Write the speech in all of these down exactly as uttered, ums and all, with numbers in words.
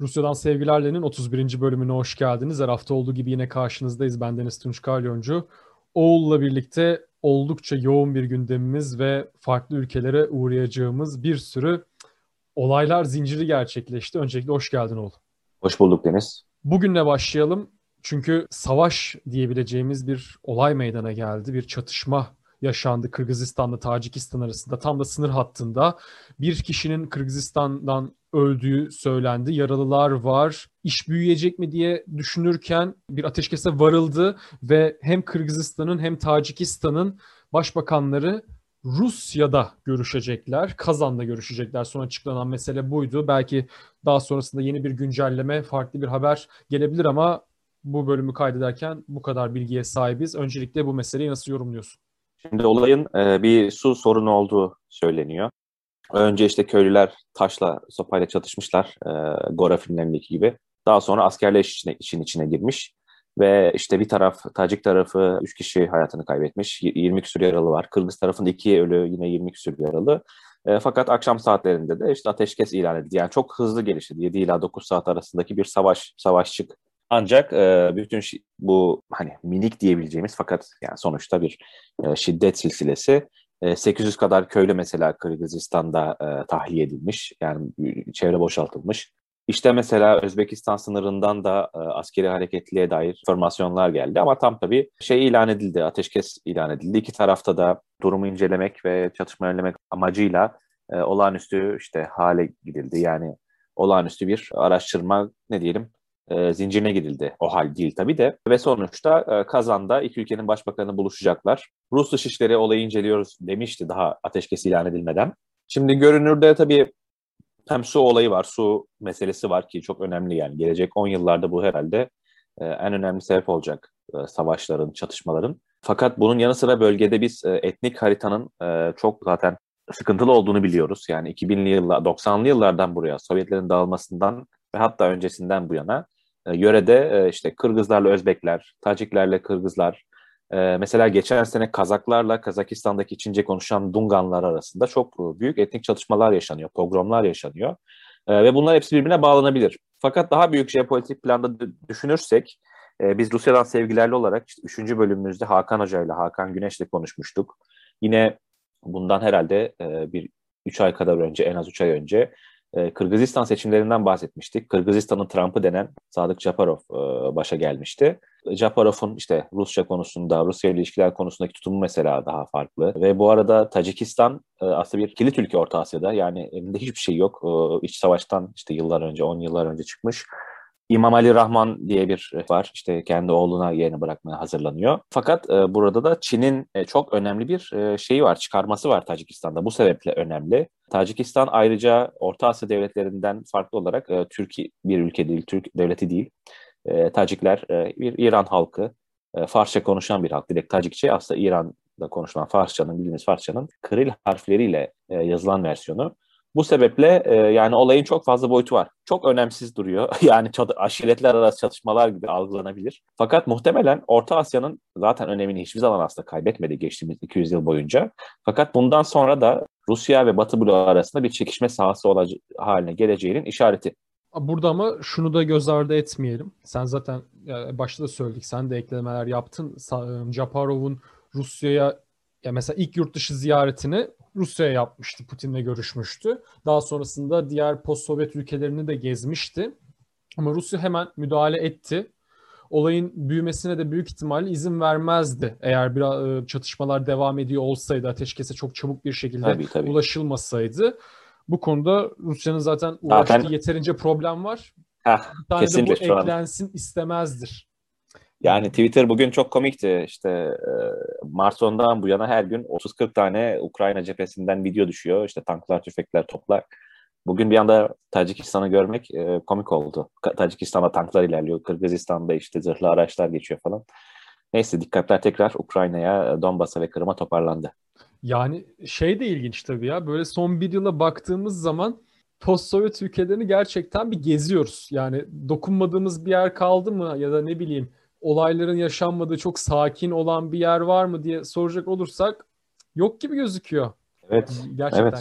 Rusya'dan Sevgilerle'nin otuz birinci bölümüne hoş geldiniz. Her hafta olduğu gibi yine karşınızdayız. Ben Deniz Tunç Kalyoncu. Oğul'la birlikte oldukça yoğun bir gündemimiz ve farklı ülkelere uğrayacağımız bir sürü olaylar zinciri gerçekleşti. Öncelikle hoş geldin Oğul. Hoş bulduk Deniz. Bugünle başlayalım. Çünkü savaş diyebileceğimiz bir olay meydana geldi. Bir çatışma yaşandı Kırgızistan'la Tacikistan arasında. Tam da sınır hattında bir kişinin Kırgızistan'dan öldüğü söylendi. Yaralılar var. İş büyüyecek mi diye düşünürken bir ateşkese varıldı ve hem Kırgızistan'ın hem Tacikistan'ın başbakanları Rusya'da görüşecekler. Kazan'da görüşecekler. Son açıklanan mesele buydu. Belki daha sonrasında yeni bir güncelleme, farklı bir haber gelebilir ama bu bölümü kaydederken bu kadar bilgiye sahibiz. Öncelikle bu meseleyi nasıl yorumluyorsun? Şimdi olayın e, bir su sorunu olduğu söyleniyor. Önce işte köylüler taşla, sopayla çatışmışlar. E, Gora filmlerindeki gibi. Daha sonra askerler işine, işin içine girmiş. Ve işte bir taraf, Tacik tarafı üç kişi hayatını kaybetmiş. Y- yirmi küsur yaralı var. Kırgız tarafında iki ölü, yine yirmi küsur yaralı. E, fakat akşam saatlerinde de işte ateşkes ilan edildi. Yani çok hızlı gelişti. yedi ila dokuz saat arasındaki bir savaş, savaşçık. Ancak e, bütün şi- bu hani minik diyebileceğimiz fakat yani sonuçta bir e, şiddet silsilesi. E, sekiz yüz kadar köylü mesela Kırgızistan'da e, tahliye edilmiş. Yani e, çevre boşaltılmış. İşte mesela Özbekistan sınırından da e, askeri hareketliliğe dair formasyonlar geldi. Ama tam tabii şey ilan edildi, ateşkes ilan edildi. İki tarafta da durumu incelemek ve çatışma önlemek amacıyla e, olağanüstü işte hale gidildi. Yani olağanüstü bir araştırma ne diyelim e, zincirine gidildi. O hal değil tabii de. Ve sonuçta e, Kazan'da iki ülkenin başbakanı buluşacaklar. Rus Dışişleri olayı inceliyoruz demişti daha ateşkes ilan edilmeden. Şimdi görünürde tabii hem su olayı var, su meselesi var ki çok önemli yani. Gelecek on yıllarda bu herhalde e, en önemli sebep olacak e, savaşların, çatışmaların. Fakat bunun yanı sıra bölgede biz e, etnik haritanın e, çok zaten sıkıntılı olduğunu biliyoruz. Yani iki binli yıllar, doksanlı yıllardan buraya Sovyetlerin dağılmasından ve hatta öncesinden bu yana e, yörede e, işte Kırgızlarla Özbekler, Taciklerle Kırgızlar, e, mesela geçen sene Kazaklarla Kazakistan'daki Çince konuşan Dunganlar arasında çok büyük etnik çatışmalar yaşanıyor, pogromlar yaşanıyor. E, ve bunlar hepsi birbirine bağlanabilir. Fakat daha büyük jeopolitik planda d- düşünürsek, e, biz Rusya'dan sevgilerli olarak işte üçüncü bölümümüzde Hakan Hoca ile Hakan Güneş'le konuşmuştuk. Yine bundan herhalde e, bir üç ay kadar önce, en az üç ay önce e, Kırgızistan seçimlerinden bahsetmiştik. Kırgızistan'ın Trump'ı denen Sadık Japarov e, başa gelmişti. Japarov'un işte Rusça konusunda, Rusya ile ilişkiler konusundaki tutumu mesela daha farklı. Ve bu arada Tacikistan e, aslında bir kilit ülke Orta Asya'da. Yani elinde hiçbir şey yok. E, iç savaştan işte yıllar önce, on yıllar önce çıkmış. İmam Ali Rahman diye bir var. İşte kendi oğluna yerini bırakmaya hazırlanıyor. Fakat e, burada da Çin'in e, çok önemli bir e, şeyi var, çıkarması var Tacikistan'da. Bu sebeple önemli. Tacikistan ayrıca Orta Asya devletlerinden farklı olarak e, Türkiye bir ülke değil, Türk devleti değil. E, Tacikler e, bir İran halkı, e, Farsça konuşan bir halk. Direkt Tacikçe aslında İran'da konuşulan Farsçanın, bildiğimiz Farsçanın Kiril harfleriyle e, yazılan versiyonu. Bu sebeple e, yani olayın çok fazla boyutu var. Çok önemsiz duruyor. Yani çat- aşiretler arası çatışmalar gibi algılanabilir. Fakat muhtemelen Orta Asya'nın zaten önemini hiçbir zaman aslında kaybetmedi geçtiğimiz iki yüz yıl boyunca. Fakat bundan sonra da Rusya ve Batı bloğu arasında bir çekişme sahası olacağı haline geleceğinin işareti. Burada ama şunu da göz ardı etmeyelim. Sen zaten ya başta da söyledik, sen de eklemeler yaptın. Sa- Japarov'un Rusya'ya, ya mesela ilk yurt dışı ziyaretini Rusya'ya yapmıştı, Putin'le görüşmüştü. Daha sonrasında diğer post-Sovyet ülkelerini de gezmişti. Ama Rusya hemen müdahale etti. Olayın büyümesine de büyük ihtimalle izin vermezdi. Eğer bir çatışmalar devam ediyor olsaydı, ateşkese çok çabuk bir şekilde Tabii tabii. ulaşılmasaydı. Bu konuda Rusya'nın zaten uğraştığı Zaten yeterince problem var. heh, Bir tane de kesinlikle bu şu an. eklensin istemezdir. Yani Twitter bugün çok komikti. İşte e, Mart sonundan bu yana her gün otuz kırk tane Ukrayna cephesinden video düşüyor. İşte tanklar, tüfekler, toplar. Bugün bir anda Tacikistan'ı görmek e, komik oldu. Ka- Tacikistan'da tanklar ilerliyor. Kırgızistan'da işte zırhlı araçlar geçiyor falan. Neyse dikkatler tekrar Ukrayna'ya, Donbas'a ve Kırım'a toparlandı. Yani şey de ilginç tabii ya. Böyle son bir yıla baktığımız zaman post-Sovyet ülkelerini gerçekten bir geziyoruz. Yani dokunmadığımız bir yer kaldı mı, ya da ne bileyim olayların yaşanmadığı çok sakin olan bir yer var mı diye soracak olursak yok gibi gözüküyor. Evet, Gerçekten evet. yok.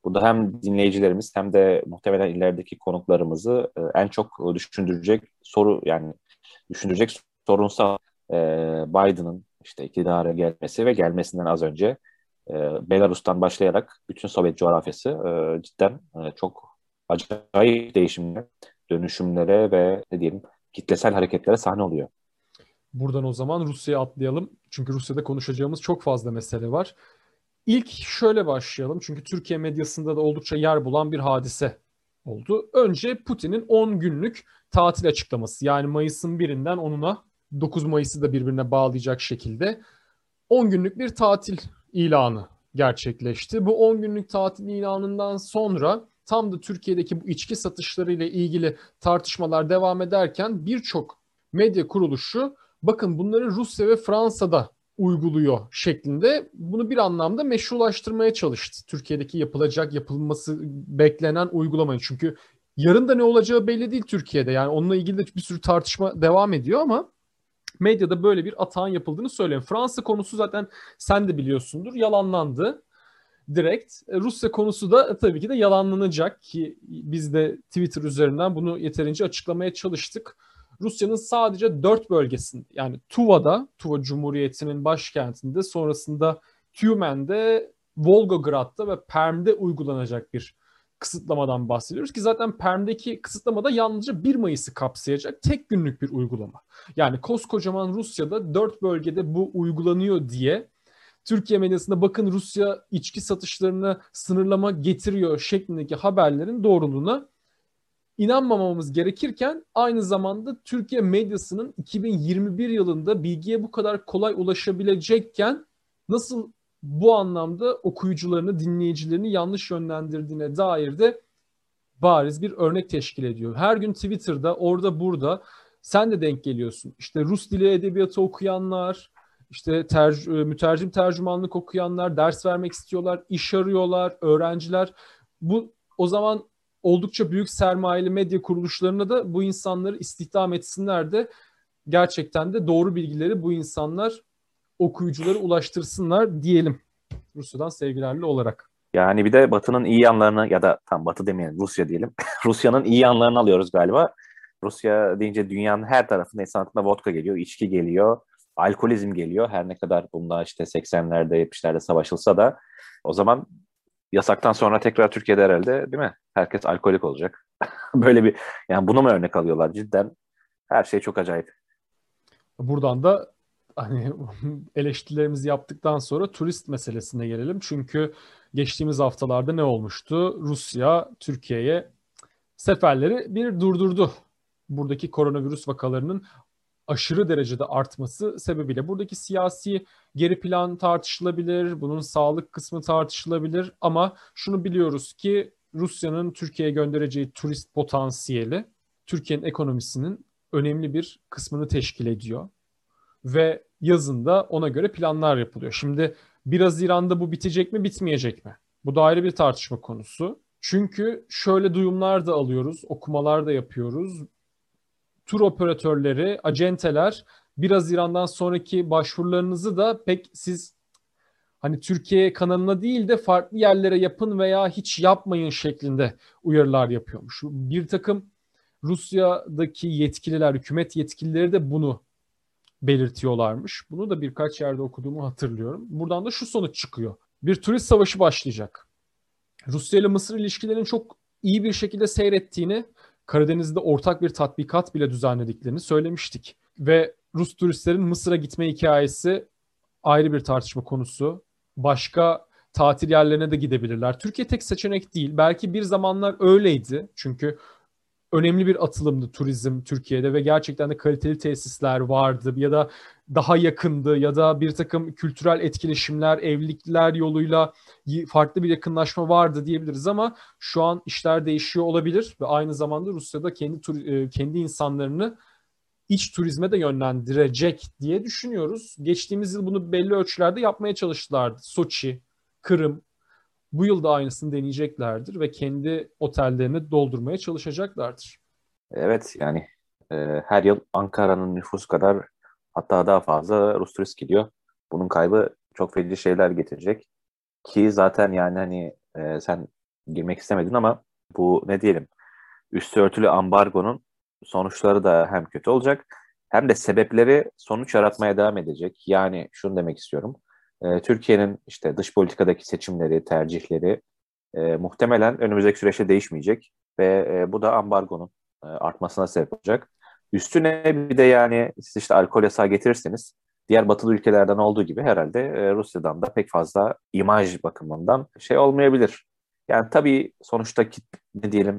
Bu da hem dinleyicilerimiz hem de muhtemelen ilerideki konuklarımızı e, en çok düşündürecek soru, yani düşündürecek sorunsal, e, Biden'ın işte iktidara gelmesi ve gelmesinden az önce e, Belarus'tan başlayarak bütün Sovyet coğrafyası e, cidden e, çok acayip değişimlere, dönüşümlere ve ne diyelim kitlesel hareketlere sahne oluyor. Buradan o zaman Rusya'ya atlayalım. Çünkü Rusya'da konuşacağımız çok fazla mesele var. İlk şöyle başlayalım. Çünkü Türkiye medyasında da oldukça yer bulan bir hadise oldu. Önce Putin'in on günlük tatil açıklaması. Yani Mayıs'ın birinden onuna dokuz Mayıs'ı da birbirine bağlayacak şekilde on günlük bir tatil ilanı gerçekleşti. Bu on günlük tatil ilanından sonra tam da Türkiye'deki bu içki satışları ile ilgili tartışmalar devam ederken birçok medya kuruluşu bakın bunları Rusya ve Fransa'da uyguluyor şeklinde bunu bir anlamda meşrulaştırmaya çalıştı. Türkiye'deki yapılacak, yapılması beklenen uygulamayı. Çünkü yarın da ne olacağı belli değil Türkiye'de. Yani onunla ilgili de bir sürü tartışma devam ediyor ama medyada böyle bir atağın yapıldığını söylüyor. Fransa konusu zaten sen de biliyorsundur yalanlandı direkt. Rusya konusu da tabii ki de yalanlanacak ki biz de Twitter üzerinden bunu yeterince açıklamaya çalıştık. Rusya'nın sadece dört bölgesinde yani Tuva'da, Tuva Cumhuriyeti'nin başkentinde, sonrasında Tyumen'de, Volgograd'da ve Perm'de uygulanacak bir kısıtlamadan bahsediyoruz ki zaten Perm'deki kısıtlamada yalnızca bir Mayıs'ı kapsayacak tek günlük bir uygulama. Yani koskocaman Rusya'da dört bölgede bu uygulanıyor diye Türkiye medyasında bakın Rusya içki satışlarına sınırlama getiriyor şeklindeki haberlerin doğruluğuna inanmamamız gerekirken aynı zamanda Türkiye medyasının iki bin yirmi bir yılında bilgiye bu kadar kolay ulaşabilecekken nasıl bu anlamda okuyucularını, dinleyicilerini yanlış yönlendirdiğine dair de bariz bir örnek teşkil ediyor. Her gün Twitter'da orada burada sen de denk geliyorsun. İşte Rus dili edebiyatı okuyanlar, işte terc- mütercim tercümanlık okuyanlar, ders vermek istiyorlar, iş arıyorlar, öğrenciler. Bu o zaman oldukça büyük sermayeli medya kuruluşlarına da bu insanları istihdam etsinler de gerçekten de doğru bilgileri bu insanlar okuyuculara ulaştırsınlar diyelim. Rusya'dan sevgilerle olarak. Yani bir de Batı'nın iyi yanlarını, ya da tam Batı demeyelim, Rusya diyelim. Rusya'nın iyi yanlarını alıyoruz galiba. Rusya deyince dünyanın her tarafında insan aklına vodka geliyor, içki geliyor, alkolizm geliyor. Her ne kadar bunda işte seksenlerde, yetmişlerde savaşılsa da o zaman yasaktan sonra tekrar Türkiye'de herhalde, değil mi? Herkes alkolik olacak. Böyle bir, yani bunu mu örnek alıyorlar cidden? Her şey çok acayip. Buradan da hani eleştirilerimizi yaptıktan sonra turist meselesine gelelim. Çünkü geçtiğimiz haftalarda ne olmuştu? Rusya Türkiye'ye seferleri bir durdurdu. Buradaki koronavirüs vakalarının aşırı derecede artması sebebiyle. Buradaki siyasi geri plan tartışılabilir, bunun sağlık kısmı tartışılabilir ama şunu biliyoruz ki Rusya'nın Türkiye'ye göndereceği turist potansiyeli Türkiye'nin ekonomisinin önemli bir kısmını teşkil ediyor ve yazında ona göre planlar yapılıyor. Şimdi bir Haziran'da bu bitecek mi, bitmeyecek mi? Bu da ayrı bir tartışma konusu. Çünkü şöyle duyumlar da alıyoruz, okumalar da yapıyoruz. Tur operatörleri, acenteler bir Haziran'dan sonraki başvurularınızı da pek siz hani Türkiye kanalına değil de farklı yerlere yapın veya hiç yapmayın şeklinde uyarılar yapıyormuş. Bir takım Rusya'daki yetkililer, hükümet yetkilileri de bunu belirtiyorlarmış. Bunu da birkaç yerde okuduğumu hatırlıyorum. Buradan da şu sonuç çıkıyor. Bir turist savaşı başlayacak. Rusya ile Mısır ilişkilerinin çok iyi bir şekilde seyrettiğini, Karadeniz'de ortak bir tatbikat bile düzenlediklerini söylemiştik. Ve Rus turistlerin Mısır'a gitme hikayesi ayrı bir tartışma konusu. Başka tatil yerlerine de gidebilirler. Türkiye tek seçenek değil. Belki bir zamanlar öyleydi. Çünkü önemli bir atılımdı turizm Türkiye'de ve gerçekten de kaliteli tesisler vardı ya da daha yakındı ya da bir takım kültürel etkileşimler, evlilikler yoluyla farklı bir yakınlaşma vardı diyebiliriz ama şu an işler değişiyor olabilir ve aynı zamanda Rusya'da kendi kendi insanlarını iç turizme de yönlendirecek diye düşünüyoruz. Geçtiğimiz yıl bunu belli ölçülerde yapmaya çalıştılardı. Soçi, Kırım, bu yıl da aynısını deneyeceklerdir ve kendi otellerini doldurmaya çalışacaklardır. Evet, yani e, her yıl Ankara'nın nüfusu kadar, hatta daha fazla Rus turist gidiyor. Bunun kaybı çok feci şeyler getirecek. Ki zaten yani hani e, sen girmek istemedin ama bu ne diyelim üstü örtülü ambargonun sonuçları da hem kötü olacak hem de sebepleri sonuç yaratmaya devam edecek. Yani şunu demek istiyorum. E, Türkiye'nin işte dış politikadaki seçimleri, tercihleri e, muhtemelen önümüzdeki süreçte değişmeyecek ve e, bu da ambargonun e, artmasına sebep olacak. Üstüne bir de yani siz işte alkol yasağı getirirseniz diğer batılı ülkelerden olduğu gibi herhalde e, Rusya'dan da pek fazla imaj bakımından şey olmayabilir. Yani tabii sonuçta ne diyelim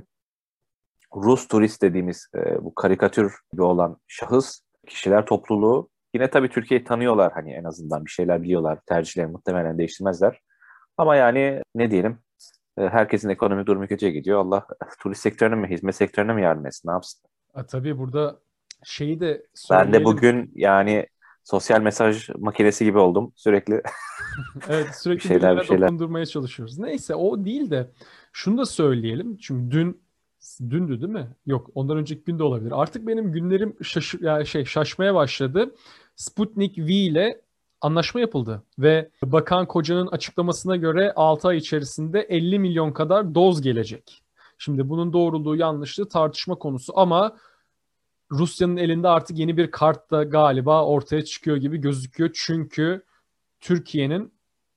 Rus turist dediğimiz e, bu karikatür gibi olan şahıs, kişiler topluluğu yine tabii Türkiye'yi tanıyorlar hani en azından bir şeyler biliyorlar. Tercihlerini muhtemelen değiştirmezler. Ama yani ne diyelim e, herkesin ekonomik durumu kötüye gidiyor. Allah turist sektörüne mi, hizmet sektörüne mi yardım etsin, ne yapsın? A, tabii burada şeyi de Ben de söyleyelim. bugün yani sosyal mesaj makinesi gibi oldum. Sürekli Evet, bir sürekli şeyler bir birilerine şeyler. dokundurmaya çalışıyoruz. Neyse, o değil de şunu da söyleyelim. Çünkü dün dündü değil mi? Yok, ondan önceki gün de olabilir. Artık benim günlerim şaşı, yani şey şaşmaya başladı. Sputnik V ile anlaşma yapıldı ve Bakan Koca'nın açıklamasına göre altı ay içerisinde elli milyon kadar doz gelecek. Şimdi bunun doğruluğu yanlışlığı tartışma konusu ama Rusya'nın elinde artık yeni bir kart da galiba ortaya çıkıyor gibi gözüküyor. Çünkü Türkiye'nin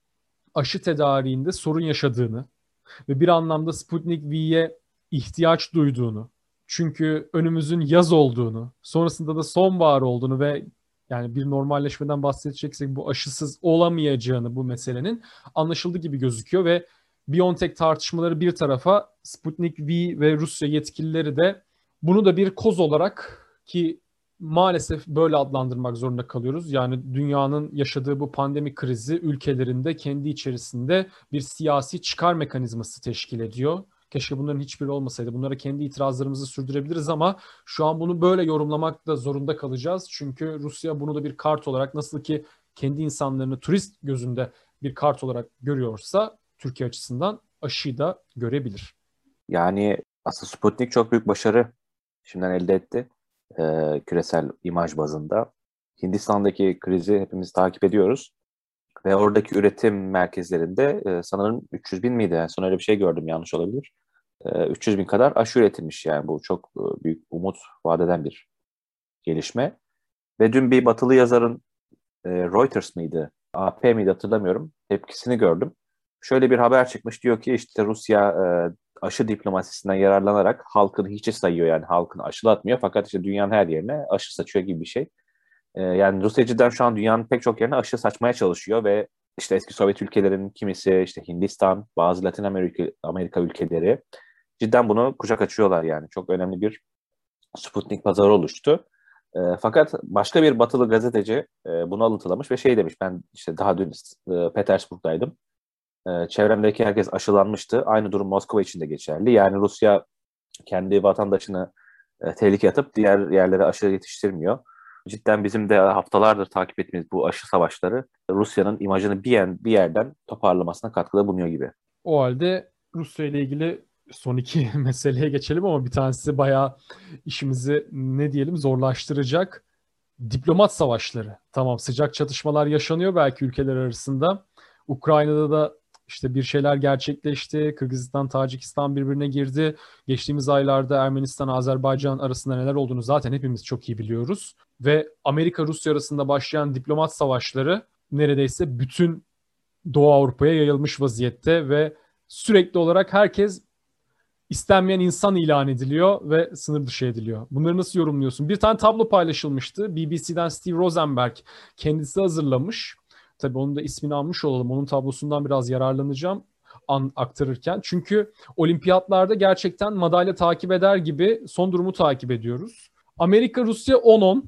aşı tedariğinde sorun yaşadığını ve bir anlamda Sputnik V'ye ihtiyaç duyduğunu, çünkü önümüzün yaz olduğunu, sonrasında da sonbahar olduğunu ve yani bir normalleşmeden bahsedeceksek bu aşısız olamayacağını bu meselenin anlaşıldığı gibi gözüküyor ve BioNTech tartışmaları bir tarafa, Sputnik V ve Rusya yetkilileri de bunu da bir koz olarak, ki maalesef böyle adlandırmak zorunda kalıyoruz. Yani dünyanın yaşadığı bu pandemi krizi ülkelerinde kendi içerisinde bir siyasi çıkar mekanizması teşkil ediyor. Keşke bunların hiçbiri olmasaydı. Bunlara kendi itirazlarımızı sürdürebiliriz ama şu an bunu böyle yorumlamak da zorunda kalacağız. Çünkü Rusya bunu da bir kart olarak, nasıl ki kendi insanlarını turist gözünde bir kart olarak görüyorsa, Türkiye açısından aşıyı da görebilir. Yani aslında Sputnik çok büyük başarı şimdiden elde etti. Ee, küresel imaj bazında. Hindistan'daki krizi hepimiz takip ediyoruz. Ve oradaki üretim merkezlerinde e, sanırım üç yüz bin miydi? Yani son öyle bir şey gördüm, yanlış olabilir. E, üç yüz bin kadar aşı üretilmiş, yani bu çok e, büyük umut vaat eden bir gelişme. Ve dün bir batılı yazarın e, Reuters mıydı, A P miydi hatırlamıyorum, tepkisini gördüm. Şöyle bir haber çıkmış, diyor ki işte Rusya e, aşı diplomasisinden yararlanarak halkını hiçe sayıyor, yani halkını aşılatmıyor fakat işte dünyanın her yerine aşı saçıyor gibi bir şey. E, yani Rusya cidden şu an dünyanın pek çok yerine aşı saçmaya çalışıyor ve işte eski Sovyet ülkelerinin kimisi, işte Hindistan, bazı Latin Amerika, Amerika ülkeleri cidden bunu kucak açıyorlar yani. Çok önemli bir Sputnik pazarı oluştu. E, fakat başka bir batılı gazeteci e, bunu alıntılamış ve şey demiş, ben işte daha dün e, Petersburg'daydım. E, çevremdeki herkes aşılanmıştı. Aynı durum Moskova için de geçerli. Yani Rusya kendi vatandaşını e, tehlikeye atıp diğer yerlere aşı yetiştirmiyor. Cidden bizim de haftalardır takip ettiğimiz bu aşı savaşları Rusya'nın imajını bir, yer, bir yerden toparlamasına katkıda bulunuyor gibi. O halde Rusya ile ilgili son iki meseleye geçelim ama bir tanesi bayağı işimizi, ne diyelim, zorlaştıracak. Diplomat savaşları. Tamam, sıcak çatışmalar yaşanıyor belki ülkeler arasında. Ukrayna'da da işte bir şeyler gerçekleşti. Kırgızistan, Tacikistan birbirine girdi. Geçtiğimiz aylarda Ermenistan, Azerbaycan arasında neler olduğunu zaten hepimiz çok iyi biliyoruz. Ve Amerika-Rusya arasında başlayan diplomat savaşları neredeyse bütün Doğu Avrupa'ya yayılmış vaziyette ve sürekli olarak herkes istenmeyen insan ilan ediliyor ve sınır dışı ediliyor. Bunları nasıl yorumluyorsun? Bir tane tablo paylaşılmıştı. B B C'den Steve Rosenberg kendisi hazırlamış. Tabii onun da ismini almış olalım. Onun tablosundan biraz yararlanacağım an, aktarırken. Çünkü olimpiyatlarda gerçekten madalya takip eder gibi son durumu takip ediyoruz. Amerika Rusya on on,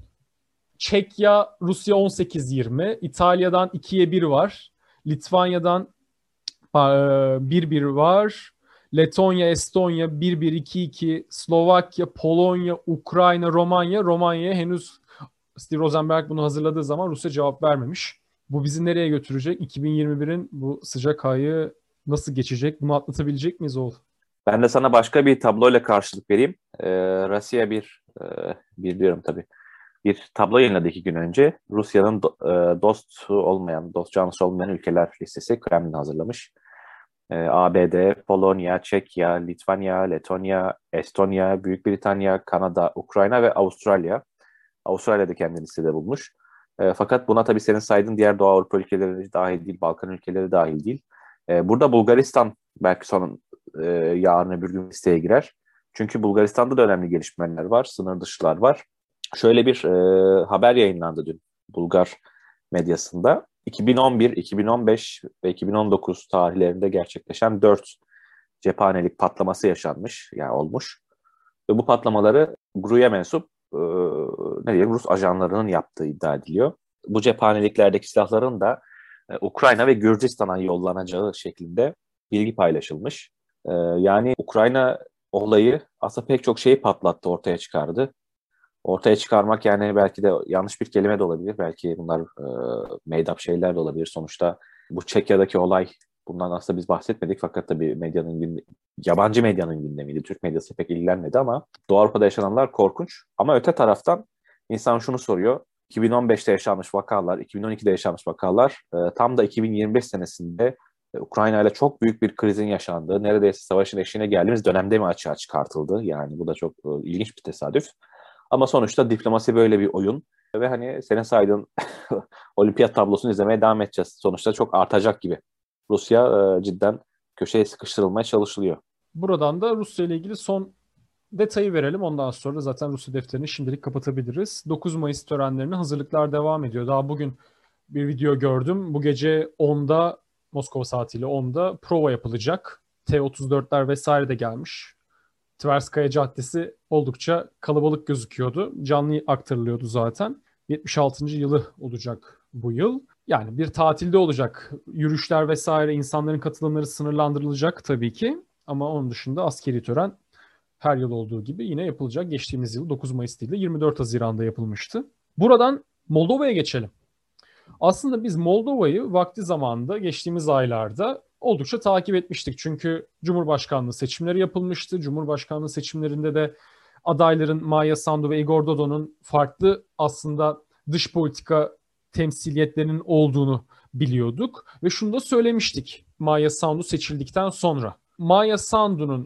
Çekya Rusya on sekiz yirmi, İtalya'dan ikiye bir var. Litvanya'dan bir bir var. Letonya, Estonya bir bir iki iki, Slovakya, Polonya, Ukrayna, Romanya. Romanya'ya henüz Steve Rosenberg bunu hazırladığı zaman Rusya cevap vermemiş. Bu bizi nereye götürecek? iki bin yirmi birin bu sıcak ayı nasıl geçecek? Bunu atlatabilecek miyiz Oğul? Ben de sana başka bir tabloyla karşılık vereyim. Ee, Rusya bir, e, bir diyorum tabii, bir tablo yayınladı iki gün önce. Rusya'nın do, e, dost olmayan, dost canlısı olmayan ülkeler listesi Kremlin hazırlamış. E, A B D, Polonya, Çekya, Litvanya, Letonya, Estonya, Büyük Britanya, Kanada, Ukrayna ve Avustralya. Avustralya da kendini listede bulmuş. E, fakat buna tabii senin saydığın diğer Doğu Avrupa ülkeleri dahil değil, Balkan ülkeleri dahil değil. E, burada Bulgaristan belki son e, yarın öbür gün listeye girer. Çünkü Bulgaristan'da da önemli gelişmeler var, sınır dışılar var. Şöyle bir e, haber yayınlandı dün Bulgar medyasında. iki bin on bir, iki bin on beş ve iki bin on dokuz tarihlerinde gerçekleşen dört cephanelik patlaması yaşanmış, yani olmuş. Ve bu patlamaları GRU'ya mensup e, ne diyelim Rus ajanlarının yaptığı iddia ediliyor. Bu cephaneliklerdeki silahların da e, Ukrayna ve Gürcistan'a yollanacağı şeklinde bilgi paylaşılmış. E, yani Ukrayna olayı aslında pek çok şeyi patlattı, ortaya çıkardı. Ortaya çıkarmak yani belki de yanlış bir kelime de olabilir. Belki bunlar e, made up şeyler de olabilir. Sonuçta bu Çekya'daki olay, bundan aslında biz bahsetmedik fakat tabii medyanın gündemi, yabancı medyanın gündemiydi. Türk medyası pek ilgilenmedi ama Doğu Avrupa'da yaşananlar korkunç. Ama öte taraftan insan şunu soruyor. iki bin on beşte yaşanmış vakalar, iki bin on ikide yaşanmış vakalar e, tam da iki bin yirmi beş senesinde e, Ukrayna ile çok büyük bir krizin yaşandığı, neredeyse savaşın eşiğine geldiğimiz dönemde mi açığa çıkartıldı? Yani bu da çok e, ilginç bir tesadüf. Ama sonuçta diplomasi böyle bir oyun ve hani senin saydığın olimpiyat tablosunu izlemeye devam edeceğiz. Sonuçta çok artacak gibi. Rusya e, cidden köşeye sıkıştırılmaya çalışılıyor. Buradan da Rusya ile ilgili son detayı verelim. Ondan sonra zaten Rusya defterini şimdilik kapatabiliriz. dokuz Mayıs törenlerine hazırlıklar devam ediyor. Daha bugün bir video gördüm. Bu gece onda Moskova saatiyle onda prova yapılacak. T otuz dörtler vesaire de gelmiş. Tverskaya Caddesi oldukça kalabalık gözüküyordu. Canlı aktarılıyordu zaten. yetmiş altıncı yılı olacak bu yıl. Yani bir tatilde olacak. Yürüyüşler vesaire, insanların katılımları sınırlandırılacak tabii ki. Ama onun dışında askeri tören her yıl olduğu gibi yine yapılacak. Geçtiğimiz yıl dokuz Mayıs değil de yirmi dört Haziran'da yapılmıştı. Buradan Moldova'ya geçelim. Aslında biz Moldova'yı vakti zamanında geçtiğimiz aylarda oldukça takip etmiştik. Çünkü Cumhurbaşkanlığı seçimleri yapılmıştı. Cumhurbaşkanlığı seçimlerinde de adayların Maya Sandu ve Igor Dodon'un farklı aslında dış politika temsiliyetlerinin olduğunu biliyorduk. Ve şunu da söylemiştik Maya Sandu seçildikten sonra. Maya Sandu'nun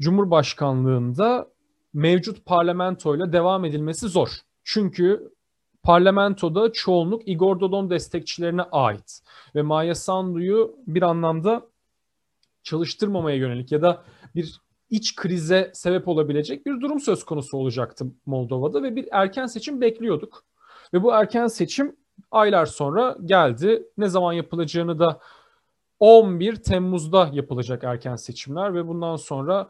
Cumhurbaşkanlığında mevcut parlamentoyla devam edilmesi zor. Çünkü parlamentoda çoğunluk Igor Dodon destekçilerine ait. Ve Maya Sandu'yu bir anlamda çalıştırmamaya yönelik ya da bir iç krize sebep olabilecek bir durum söz konusu olacaktı Moldova'da ve bir erken seçim bekliyorduk. Ve bu erken seçim aylar sonra geldi. Ne zaman yapılacağını da on bir Temmuz'da yapılacak erken seçimler ve bundan sonra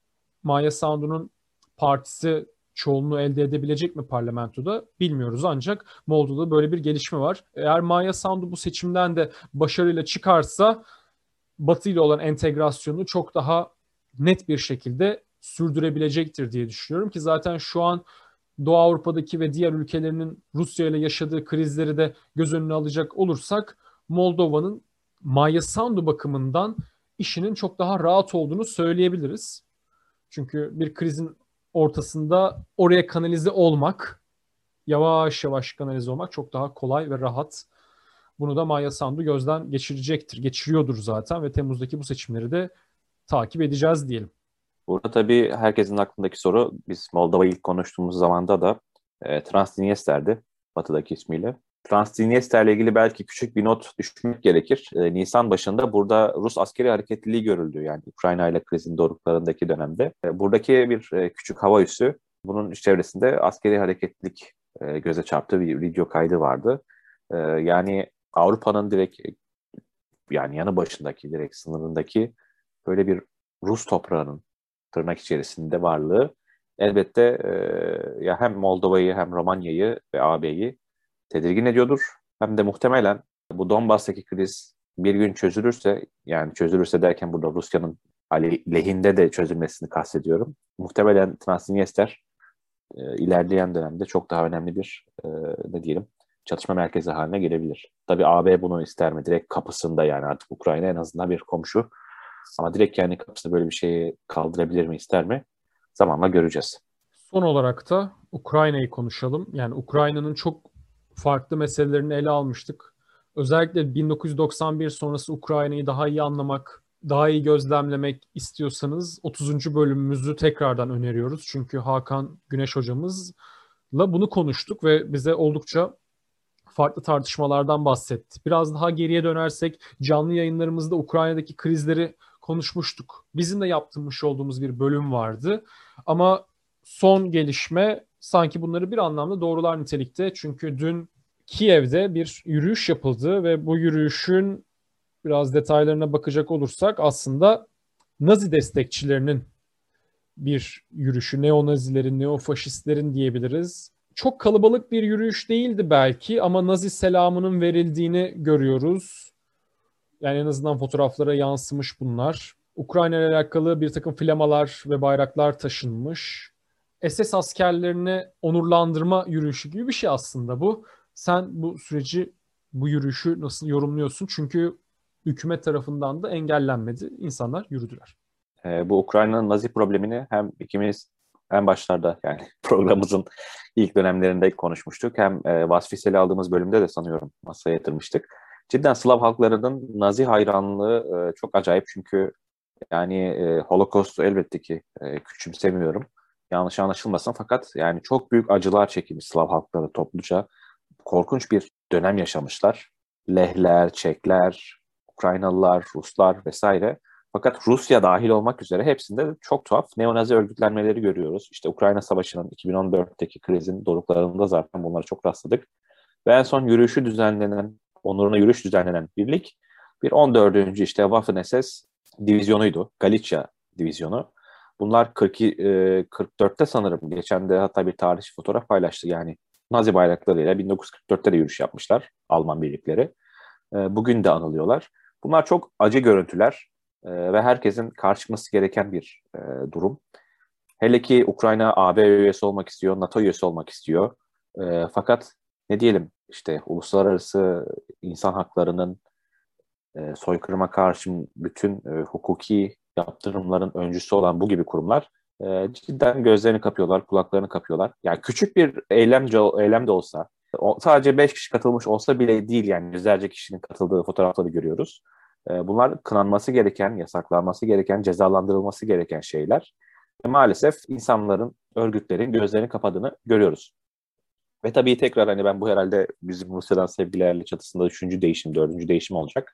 Maya Sandu'nun partisi çoğunluğu elde edebilecek mi parlamentoda bilmiyoruz, ancak Moldova'da böyle bir gelişme var. Eğer Maya Sandu bu seçimden de başarıyla çıkarsa Batı ile olan entegrasyonu çok daha net bir şekilde sürdürebilecektir diye düşünüyorum ki zaten şu an Doğu Avrupa'daki ve diğer ülkelerinin Rusya ile yaşadığı krizleri de göz önüne alacak olursak Moldova'nın Maya Sandu bakımından işinin çok daha rahat olduğunu söyleyebiliriz. Çünkü bir krizin ortasında oraya kanalize olmak, yavaş yavaş kanalize olmak çok daha kolay ve rahat. Bunu da Maya Sandu gözden geçirecektir. Geçiriyordur zaten ve Temmuz'daki bu seçimleri de takip edeceğiz diyelim. Burada tabii herkesin aklındaki soru, biz Moldova'yı ilk konuştuğumuz zamanda da e, Transdniester'di, batıdaki ismiyle. Transdniester'le ilgili belki küçük bir not düşmek gerekir. E, Nisan başında burada Rus askeri hareketliliği görüldü. Yani Ukrayna ile krizin doruklarındaki dönemde. E, buradaki bir e, küçük hava üssü, bunun çevresinde askeri hareketlilik e, göze çarptığı bir video kaydı vardı. E, yani Avrupa'nın direkt, yani yanı başındaki, direkt sınırındaki böyle bir Rus toprağının tırnak içerisinde varlığı elbette e, ya hem Moldova'yı hem Romanya'yı ve A B'yi tedirgin ediyordur. Hem de muhtemelen bu Donbas'taki kriz bir gün çözülürse, yani çözülürse derken burada Rusya'nın lehinde de çözülmesini kastediyorum. Muhtemelen Transnistria e, ilerleyen dönemde çok daha önemli bir e, ne diyelim çatışma merkezi haline gelebilir. Tabii A B bunu ister mi? Direkt kapısında, yani artık Ukrayna en azından bir komşu. Ama direkt yani kapısında böyle bir şeyi kaldırabilir mi, ister mi? Zamanla göreceğiz. Son olarak da Ukrayna'yı konuşalım. Yani Ukrayna'nın çok farklı meselelerini ele almıştık. Özellikle bin dokuz yüz doksan bir sonrası Ukrayna'yı daha iyi anlamak, daha iyi gözlemlemek istiyorsanız otuzuncu bölümümüzü tekrardan öneriyoruz. Çünkü Hakan Güneş hocamızla bunu konuştuk ve bize oldukça farklı tartışmalardan bahsetti. Biraz daha geriye dönersek canlı yayınlarımızda Ukrayna'daki krizleri konuşmuştuk. Bizim de yaptırmış olduğumuz bir bölüm vardı. Ama son gelişme sanki bunları bir anlamda doğrular nitelikte. Çünkü dün Kiev'de bir yürüyüş yapıldı ve bu yürüyüşün biraz detaylarına bakacak olursak aslında Nazi destekçilerinin bir yürüyüşü, neo-Nazilerin, neo-faşistlerin diyebiliriz. Çok kalabalık bir yürüyüş değildi belki ama Nazi selamının verildiğini görüyoruz. Yani en azından fotoğraflara yansımış bunlar. Ukrayna ile alakalı bir takım flamalar ve bayraklar taşınmış. S S askerlerini onurlandırma yürüyüşü gibi bir şey aslında bu. Sen bu süreci, bu yürüyüşü nasıl yorumluyorsun? Çünkü hükümet tarafından da engellenmedi. İnsanlar yürüdüler. E, bu Ukrayna'nın Nazi problemini hem ikimiz en başlarda yani programımızın ilk dönemlerinde konuşmuştuk. Hem e, Vasfisel'i aldığımız bölümde de sanıyorum masaya yatırmıştık. Cidden Slav halklarının Nazi hayranlığı e, çok acayip çünkü yani e, Holocaust'u elbette ki e, küçümsemiyorum. Yanlış anlaşılmasın fakat yani çok büyük acılar çekilmiş Slav halkları topluca. Korkunç bir dönem yaşamışlar. Lehler, Çekler, Ukraynalılar, Ruslar vesaire. Fakat Rusya dahil olmak üzere hepsinde çok tuhaf neonazi örgütlenmeleri görüyoruz. İşte Ukrayna Savaşı'nın iki bin on dörtteki krizin doruklarında zaten bunlara çok rastladık. Ve en son yürüyüşü düzenlenen, onuruna yürüyüş düzenlenen birlik bir on dördüncü işte Waffen-S S divizyonuydu. Galicia divizyonu. Bunlar kırk, kırk dörtte sanırım. Geçen de hatta bir tarihçi fotoğraf paylaştı. Yani Nazi bayraklarıyla bin dokuz yüz kırk dörtte de yürüyüş yapmışlar Alman birlikleri. Bugün de anılıyorlar. Bunlar çok acı görüntüler ve herkesin karşı çıkması gereken bir durum. Hele ki Ukrayna A B üyesi olmak istiyor, NATO üyesi olmak istiyor. Fakat ne diyelim işte uluslararası insan haklarının soykırıma karşı bütün hukuki yaptırımların öncüsü olan bu gibi kurumlar cidden gözlerini kapıyorlar, kulaklarını kapıyorlar. Yani küçük bir eylemce, eylem de olsa, sadece beş kişi katılmış olsa bile değil yani yüzlerce kişinin katıldığı fotoğrafları görüyoruz. Bunlar kınanması gereken, yasaklanması gereken, cezalandırılması gereken şeyler. Ve maalesef insanların, örgütlerin gözlerini kapadığını görüyoruz. Ve tabii tekrar hani ben bu herhalde bizim Rusya'dan sevgilerle çatısında üçüncü değişim, dördüncü değişim olacak.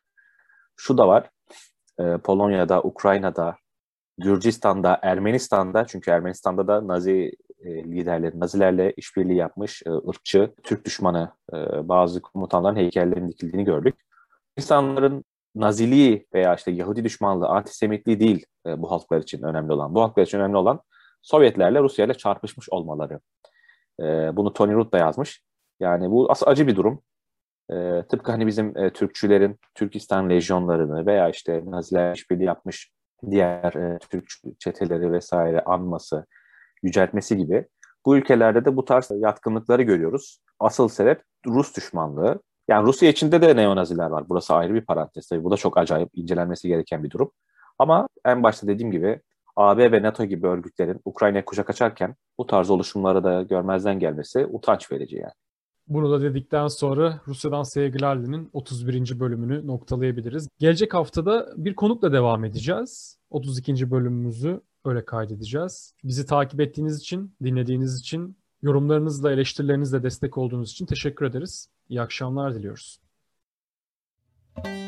Şu da var, Polonya'da, Ukrayna'da, Gürcistan'da, Ermenistan'da çünkü Ermenistan'da da Nazi liderleri, Nazilerle işbirliği yapmış ırkçı, Türk düşmanı bazı komutanların heykellerinin dikildiğini gördük. İnsanların Naziliği veya işte Yahudi düşmanlığı, antisemitliği değil bu halklar için önemli olan. Bu halklar için önemli olan Sovyetlerle, Rusya'yla çarpışmış olmaları. Bunu Tony Rudd da yazmış. Yani bu aslında acı bir durum. Tıpkı hani bizim Türkçülerin Türkistan lejyonlarını veya işte Naziler işbirliği yapmış diğer Türk çeteleri vesaire anması, yüceltmesi gibi. Bu ülkelerde de bu tarz yatkınlıkları görüyoruz. Asıl sebep Rus düşmanlığı. Yani Rusya içinde de neonaziler var. Burası ayrı bir parantez. Tabii bu da çok acayip, incelenmesi gereken bir durum. Ama en başta dediğim gibi A B ve NATO gibi örgütlerin Ukrayna'ya kucak açarken bu tarz oluşumlara da görmezden gelmesi utanç verici yani. Bunu da dedikten sonra Rusya'dan Sevgilerle'nin otuz birinci bölümünü noktalayabiliriz. Gelecek haftada bir konukla devam edeceğiz. otuz ikinci bölümümüzü öyle kaydedeceğiz. Bizi takip ettiğiniz için, dinlediğiniz için, yorumlarınızla, eleştirilerinizle destek olduğunuz için teşekkür ederiz. İyi akşamlar diliyoruz.